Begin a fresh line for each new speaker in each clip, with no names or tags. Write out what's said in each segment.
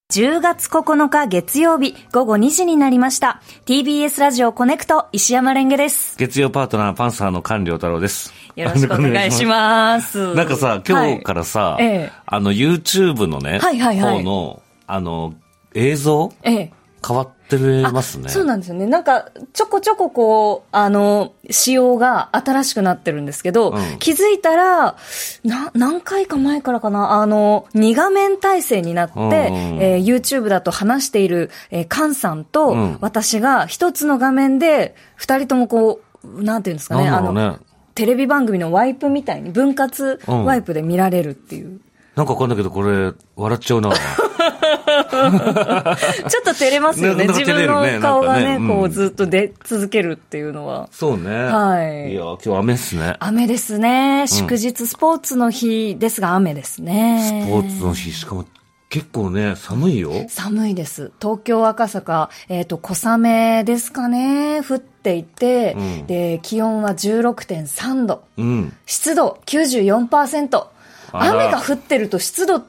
10月9日月曜日午後2時になりました。TBS ラジオコネクト石山レンゲです。
月曜パートナーパンサーの菅良太郎です。
よろしくお願いします。
なんかさ、今日からさ、YouTube のね、方の、映像、変わってますね。
そうなんですよね。なんか、ちょこちょここう、仕様が新しくなってるんですけど、気づいたら、何回か前からかな、2画面体制になって、YouTube だと話している、菅さんと、私が一つの画面で、二人ともこう、なんていうんですかね、テレビ番組のワイプみたいに、分割ワイプで見られるっていう。
なんかわかんないけど、これ、笑っちゃうな。
ちょっと照れますよね。自分の顔がね、こうずっと出続けるっていうのは。
そうね。
はい。
いや、今日雨ですね。
雨ですね。祝日スポーツの日ですが雨ですね。
スポーツの日、しかも結構ね、寒いよ。
寒いです。東京赤坂、小雨ですかね、降っていて、で、気温は 16.3 度。湿度 94%。雨が降ってると湿度って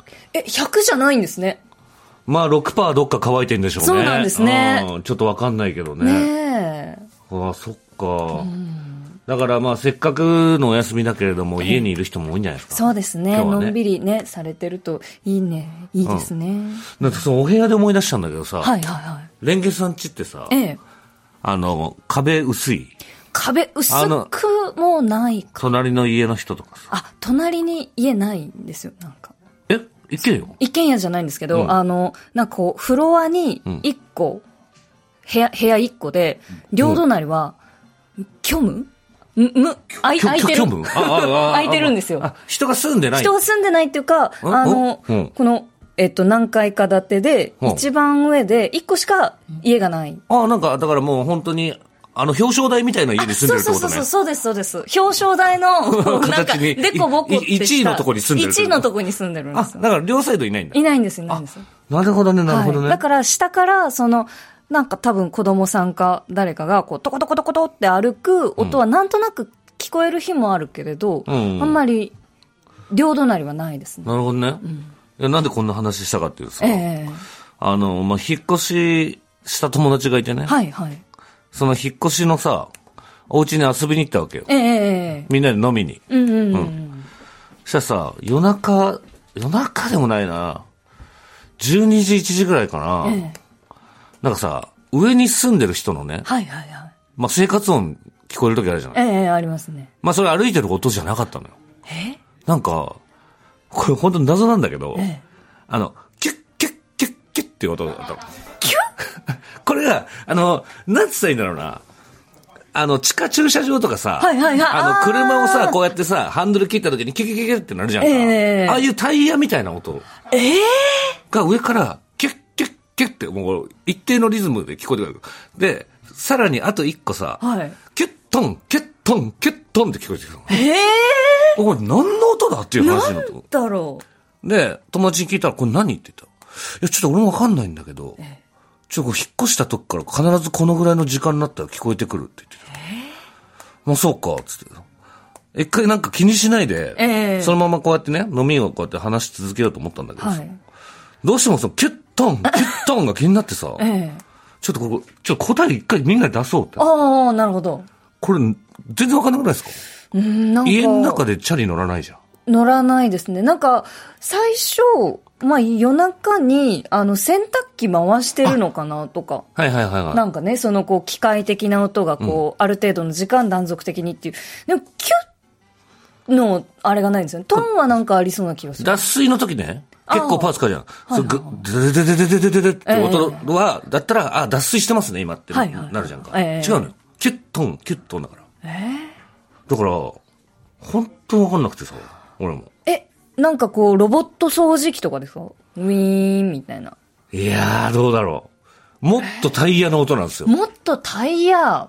、100じゃないんですね。
まあ 6% どっか乾いてんでしょうね。
そうなんですね。
ちょっとわかんないけどね。
ねえ。
ああ、そっか。だからまあせっかくのお休みだけれども、家にいる人も多いんじゃないですか。
そうですね。のんびりね、されてるといいね。いいですね。
なんかそのお部屋で思い出したんだけどさ。レンゲさん家ってさ、壁薄い。
壁薄くもないか。
隣の家の人とかさ。
隣に家ないんですよ、なんか。
一軒家？
一軒家じゃないんですけど、なんかこう、フロアに一個、部屋一個で、両隣は、虚無空いてる。空いてるんですよ。
人が住んでない？
人が住んでないっていうか、この、何階か建てで、一番上で一個しか家がない。
なんか、だからもう本当に、表彰台みたいな家に住んでるってことね。
そうです。表彰台の、なんか、デコボコってした。
1位のとこに住んでる。
1位のとこに住んでるんですよ。
だから両サイドいないんだ。
いないんです。
なるほどね。
だから下から、なんか多分子供さんか誰かが、こう、トコトコトコトって歩く音はなんとなく聞こえる日もあるけれど、あんまり、両隣はないですね。
なるほどね。なんでこんな話したかっていうとさ、引っ越しした友達がいてね。その引っ越しのさ、お家に遊びに行ったわけよ。みんなで飲みに。そしたらさ、夜中でもないな。12時、1時ぐらいかな。なんかさ、上に住んでる人のね。まあ生活音聞こえる時あるじゃない。
ありますね。
まあそれ歩いてる音じゃなかったのよ。なんか、これ本当に謎なんだけど、キュッキュッキュッキュッっていう音だったの。
キュッ
これが、なんつったらいいんだろうな。地下駐車場とかさ、車をさ、こうやってさ、ハンドル切った時にキュキュキュキュってなるじゃんか。ああいうタイヤみたいな音が上から、キュッキュッキュッって、もう一定のリズムで聞こえてくる。で、さらにあと一個さ、キュットン、キュットン、キュットンって聞こえてくる。これ何の音だっていう話の音。
なんだろ
う。で、友達に聞いたら、これ何って言ったら、いや、ちょっと俺もわかんないんだけど、引っ越した時から必ずこのぐらいの時間になったら聞こえてくるって言ってた。もうそうか、つって。一回なんか気にしないで、そのままこうやってね、飲みをこうやって話し続けようと思ったんだけどさ、どうしてもそのキュットン、キュットンが気になってさ、ちょっと答え一回みんなで出そうって。
なるほど。
これ、全然わかんなくないですか？家の中でチャリ乗らないじゃん。
乗らないですね。なんか、最初、夜中に、洗濯機回してるのかなとか。なんかね、こう、機械的な音が、こう、ある程度の時間断続的にっていう。でも、キュッの、あれがないんですよね。トンはなんかありそうな気がする。
脱水の時ね、結構パーツかじゃん。デデデデデデデデって音は、だったら、脱水してますね、今ってなるじゃんか。違うのよ。キュットン、キュットンだから。だから、本当にわかんなくてさ、俺も。
なんかこう、ロボット掃除機とかですか？ウィーンみたいな。
いやー、どうだろう。もっとタイヤの音なんですよ。
もっとタイヤ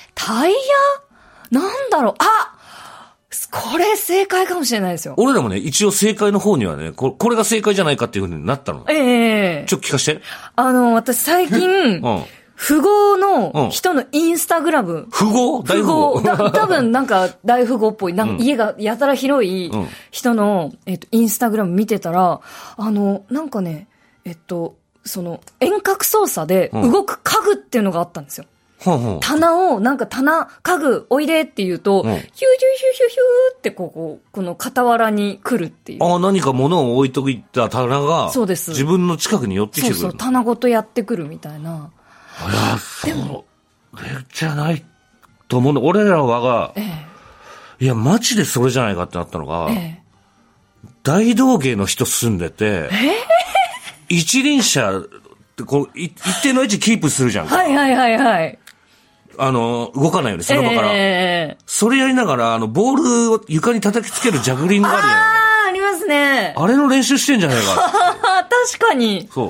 なんだろう。これ正解かもしれないですよ。
俺らもね、一応正解の方にはね、これが正解じゃないかっていう風になったの。ちょっと聞かして。
私最近、富豪の人のインスタグラム。
富豪？大富豪？
多分なんか大富豪っぽい。家がやたら広い人の、インスタグラム見てたら、なんかね、 その遠隔操作で動く家具っていうのがあったんですよ。棚を、なんか家具おいでって言うと、ヒューヒューヒューヒューヒューってこの傍らに来るっていう。
ああ、何か物を置いといた棚が、そうです。自分の近くに寄ってきてくる。
そうそう、棚ごとやってくるみたいな。
でも、じゃないと思うの。俺らはが、いや、マジでそれじゃないかってなったのが、大道芸の人住んでて、一輪車、こう一定の位置キープするじゃんか。
はいはいはいはい。
動かないように、その場から。それやりながら、ボールを床に叩きつけるジャグリングあるやん。
ありますね。
あれの練習してんじゃないか。
確かに。
そう。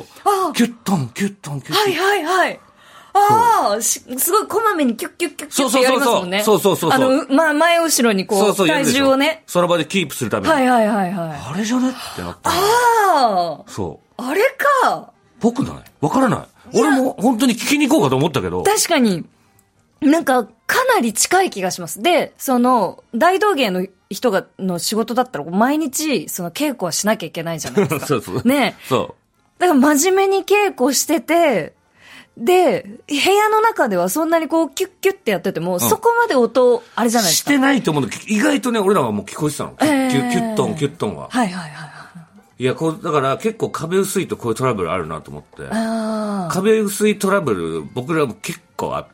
キュットン、キュットン、キュットン。
はいはいはい。すごいこまめにキュッキュッキュッキュッってやりますもんね。
そうそうそう。
前後ろにこう、体重をね。
その場でキープするために。
はいはいはいはい。
あれじゃねってなった。そう。
あれか。
僕ないわからない。俺も本当に聞きに行こうかと思ったけど。
確かに。なんか、かなり近い気がします。で、大道芸の人の仕事だったら、毎日、稽古はしなきゃいけないじゃないですか。
そうそう。
ね。
そう。
だから真面目に稽古してて、で、部屋の中ではそんなにこう、キュッキュッってやってても、そこまで音、あれじゃないですか。
してないと思うんだけど、意外とね、俺らはもう聞こえてたの。キュットン、キュットンは。
はいはいはい。
いや、だから結構壁薄いとこういうトラブルあるなと思って。壁薄いトラブル、僕らも結構あって。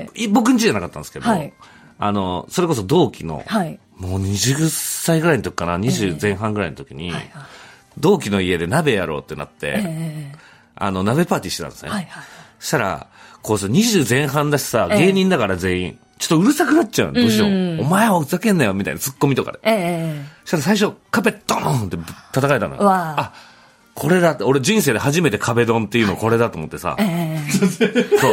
僕ん家じゃなかったんですけど、それこそ同期の、もう20歳ぐらいの時かな、20前半ぐらいの時に、同期の家で鍋やろうってなって、鍋パーティーしてたんですね。そしたら、こう20前半だしさ、芸人だから全員、ちょっとうるさくなっちゃうの。どうしよう。お前はふざけんなよ、みたいなツッコミとかで。そしたら最初、壁ドーンって叩かれたのよ。あ、これだって、俺人生で初めて壁ドンっていうのこれだと思ってさ。そう。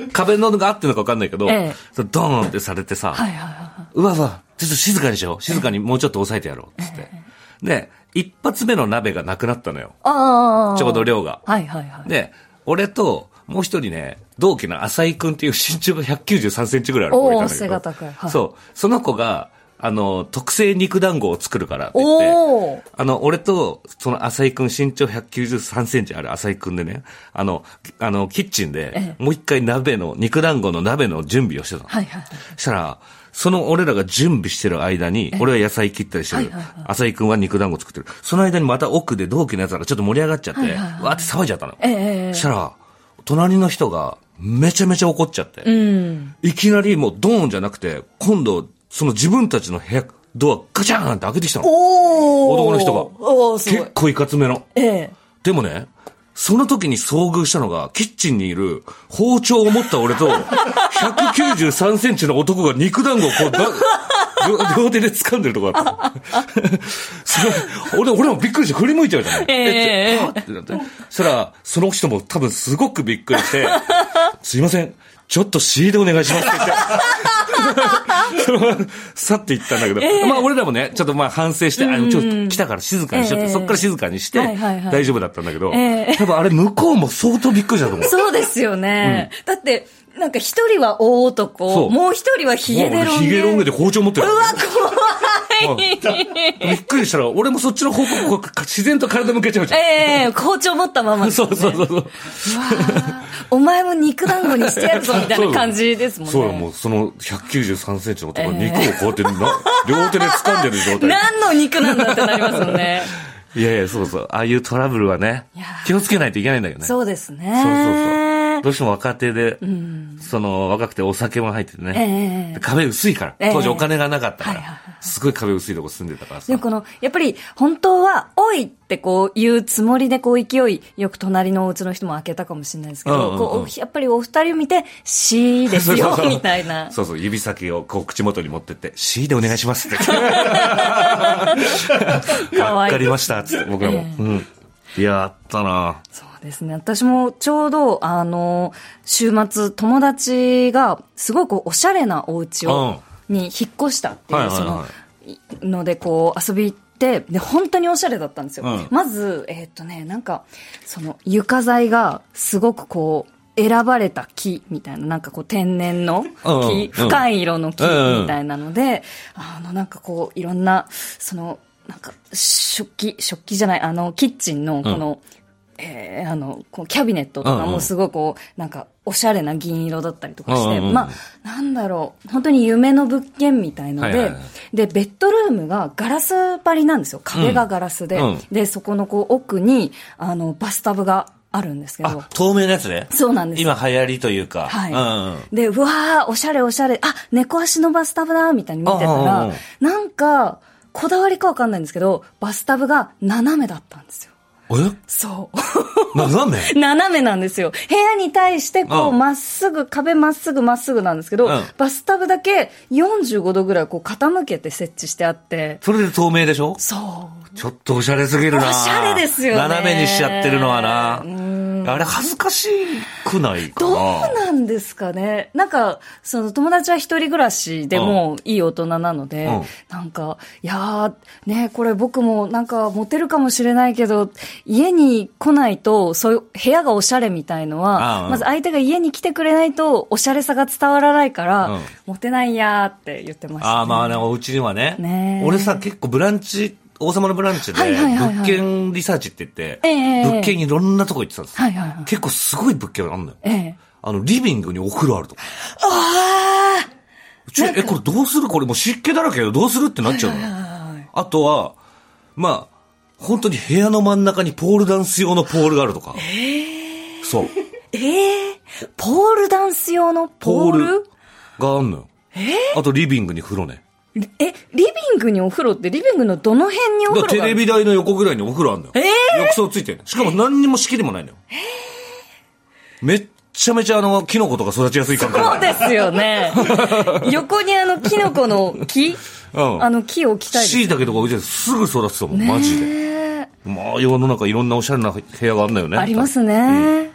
壁ドンがあってるのか分かんないけど、ドーンってされてさ、うわ、ちょっと静かにしよう。静かにもうちょっと抑えてやろう。つって。で、一発目の鍋がなくなったのよ。ちょうど量が。で、俺と、もう一人ね、同期の浅井くんっていう身長が193センチぐらいある子がいたんだけど。背が高い。そう。その子が、特製肉団子を作るからって言って、俺と、その浅井くん身長193センチある浅井くんでね、キッチンで、もう一回肉団子の鍋の準備をしてたの。そしたら、その俺らが準備してる間に、俺は野菜切ったりしてる。浅井くんは肉団子作ってる。その間にまた奥で同期のやつらがちょっと盛り上がっちゃって、わーって騒いじゃったの。そしたら、隣の人がめちゃめちゃ怒っちゃって、いきなりもうドーンじゃなくて、今度、その自分たちの部屋、ドアガチャーンって開けてきたの。男の人が。結構いかつめの。でもね、その時に遭遇したのが、キッチンにいる包丁を持った俺と、193センチの男が肉団子をこう、両手で掴んでるとこだった。俺もびっくりして振り向いちゃうじゃない。ってなって。そしたら、その人も多分すごくびっくりして、すいません、ちょっと仕入れお願いしますって言って。去っていったんだけど、まあ俺らもね、ちょっとまあ反省して、ちょっと来たから静かにしようって、そっから静かにして、大丈夫だったんだけど、多分あれ向こうも相当びっくりしたと思う。
そうですよね。だって、なんか一人は大男、もう一人はヒゲデロンで。
ヒゲロン毛で包丁持ってる。
うわ、怖い。
びっくりしたら、俺もそっちの方向、自然と体向けちゃうじゃん。
包丁持ったままです、ね。
そう。
お前も肉団子にしてやるぞ、みたいな感じですもんね。
そうよ、もうその193センチの男が肉をこうやって両手で掴んでる状態。
何の肉なんだってなりますもんね。
いやいや、そう。ああいうトラブルはね、気をつけないといけないんだよね。
そうですね。
どうしても若手で、若くてお酒も入っててね。壁薄いから。当時お金がなかったから。すごい壁薄いとこ住んでたからさ。
でやっぱり、本当は、おいってこう言うつもりで勢いよく隣のお家の人も開けたかもしれないですけど、やっぱりお二人を見て、C ですよ、みたいな。
そう、指先をこう口元に持ってって、C でお願いしますって。わかりました、つって僕らも。やったな。
そうですね。私もちょうど、週末友達がすごくおしゃれなお家に引っ越したっていう、のでこう遊び行って、で、本当におしゃれだったんですよ。まず、なんか、床材がすごくこう、選ばれた木みたいな、なんかこう天然の木、深い色の木みたいなので、なんかこう、いろんな、 なんか、食器じゃない、キッチンの、この、こうキャビネットとかもすごいこう、なんか、おしゃれな銀色だったりとかして、まあ、なんだろう、本当に夢の物件みたいので、で、ベッドルームがガラス張りなんですよ。壁がガラスで。で、そこのこう、奥に、バスタブがあるんですけど。
透明なやつね。
そうなんです。
今流行りというか。
はい。で、うわー、おしゃれおしゃれ、猫足のバスタブだ、みたいに見てたら、なんか、こだわりかわかんないんですけど、バスタブが斜めだったんですよ。そう。
斜
めなんですよ。部屋に対してこうまっすぐ、壁まっすぐなんですけど、バスタブだけ45度ぐらいこう傾けて設置してあって。
それで透明でしょ？
そう。
ちょっとおしゃれすぎるな。
おしゃれですよね。
斜めにしちゃってるのはな。あれ恥ずかしくないかな。
どうなんですかね。なんか、その友達は一人暮らしでもいい大人なので、なんか、いやー、ね、これ僕もなんかモテるかもしれないけど、家に来ないと、そういう部屋がおしゃれみたいのは、まず相手が家に来てくれないと、おしゃれさが伝わらないから、モテないやーって言ってました、ね。
まあね、お家にはね。俺さ、結構ブランチ、王様のブランチで、物件リサーチって言って、物件いろんなとこ行ってたんです。結構すごい物件あるんだよ。リビングにお風呂あるとか。これどうする？これもう湿気だらけよ。どうするってなっちゃうの。あとは、まあ、本当に部屋の真ん中にポールダンス用のポールがあるとか。そう。
ポールダンス用のポール
があんのよ。あとリビングに風呂ね。
リビングにお風呂ってリビングのどの辺にお風呂がある？
テレビ台の横ぐらいにお風呂あんのよ。浴槽ついてる。しかも何にも仕切りもないのよ。めっちゃめちゃキノコとか育ちやすい感じ。
そうですよね。横にキノコの木木を置きたいです。
椎茸とか置いてすぐ育つと思う。マジで。まあ世の中いろんなおしゃれな部屋があるんだよね。
ありますね。